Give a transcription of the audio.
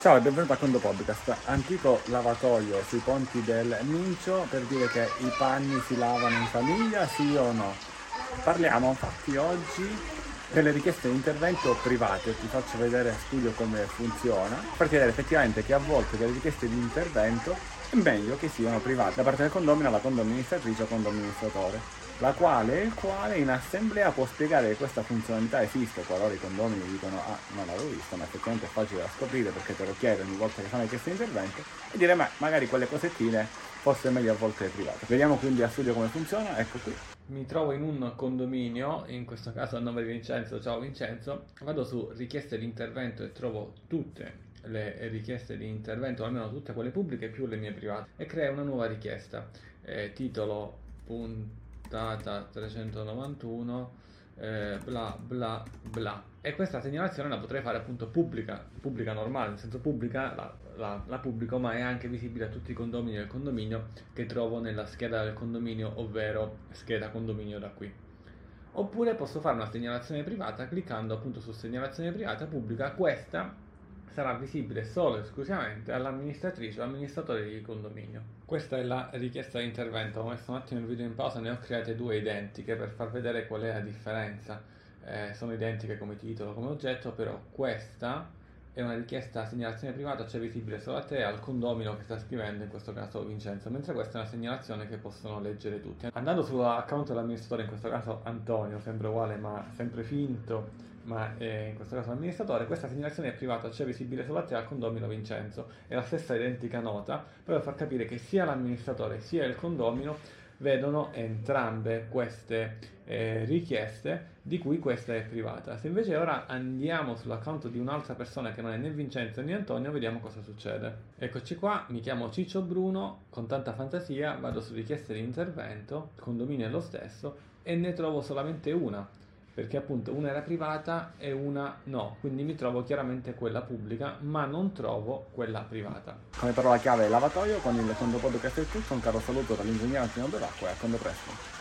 Ciao e benvenuto a Condo Podcast, antico lavatoio sui ponti del Mincio per dire che i panni si lavano in famiglia, sì o no? Parliamo infatti oggi delle richieste di intervento private, ti faccio vedere a studio come funziona, per vedere effettivamente che a volte delle richieste di intervento è meglio che siano private, da parte del condomino alla condoministratrice o condoministratore, la quale e il quale in assemblea può spiegare che questa funzionalità esiste qualora i condomini dicono ah non l'avevo vista ma effettivamente è facile da scoprire perché te lo chiedo ogni volta che fanno richiesta di intervento e dire ma magari quelle cosettine fosse meglio a volte private. Vediamo quindi a studio come funziona, ecco qui. Mi trovo in un condominio, in questo caso a nome di Vincenzo, ciao Vincenzo, vado su richieste di intervento e trovo tutte le richieste di intervento, almeno tutte quelle pubbliche più le mie private, e creo una nuova richiesta, titolo puntata 391, bla bla bla, e questa segnalazione la potrei fare appunto pubblica normale, nel senso pubblica, la pubblico, ma è anche visibile a tutti i condomini del condominio che trovo nella scheda del condominio, ovvero scheda condominio da qui. Oppure posso fare una segnalazione privata cliccando appunto su segnalazione privata pubblica. Questa sarà visibile solo e esclusivamente all'amministratrice o amministratore di condominio. Questa è la richiesta di intervento. Ho messo un attimo il video in pausa, ne ho create due identiche per far vedere qual è la differenza. Sono identiche come titolo, come oggetto, però questa è una richiesta a segnalazione privata, cioè visibile solo a te e al condomino che sta scrivendo, in questo caso Vincenzo, mentre questa è una segnalazione che possono leggere tutti. Andando sull'account dell'amministratore, in questo caso Antonio, sempre uguale ma sempre finto, ma in questo caso l'amministratore, questa segnalazione è privata, cioè visibile solo a te e al condomino Vincenzo. È la stessa identica nota, per far capire che sia l'amministratore sia il condomino vedono entrambe queste richieste, di cui questa è privata. Se invece ora andiamo sull'account di un'altra persona che non è né Vincenzo né Antonio, vediamo cosa succede. Eccoci qua, mi chiamo Ciccio Bruno, con tanta fantasia vado su richieste di intervento, il condominio è lo stesso e ne trovo solamente una, perché appunto una era privata e una no, quindi mi trovo chiaramente quella pubblica, ma non trovo quella privata. Come parola chiave lavatoio, con il Condo Podcast è tutto, un caro saluto dall'ingegnere Antino Dell'Acqua e a quando presto.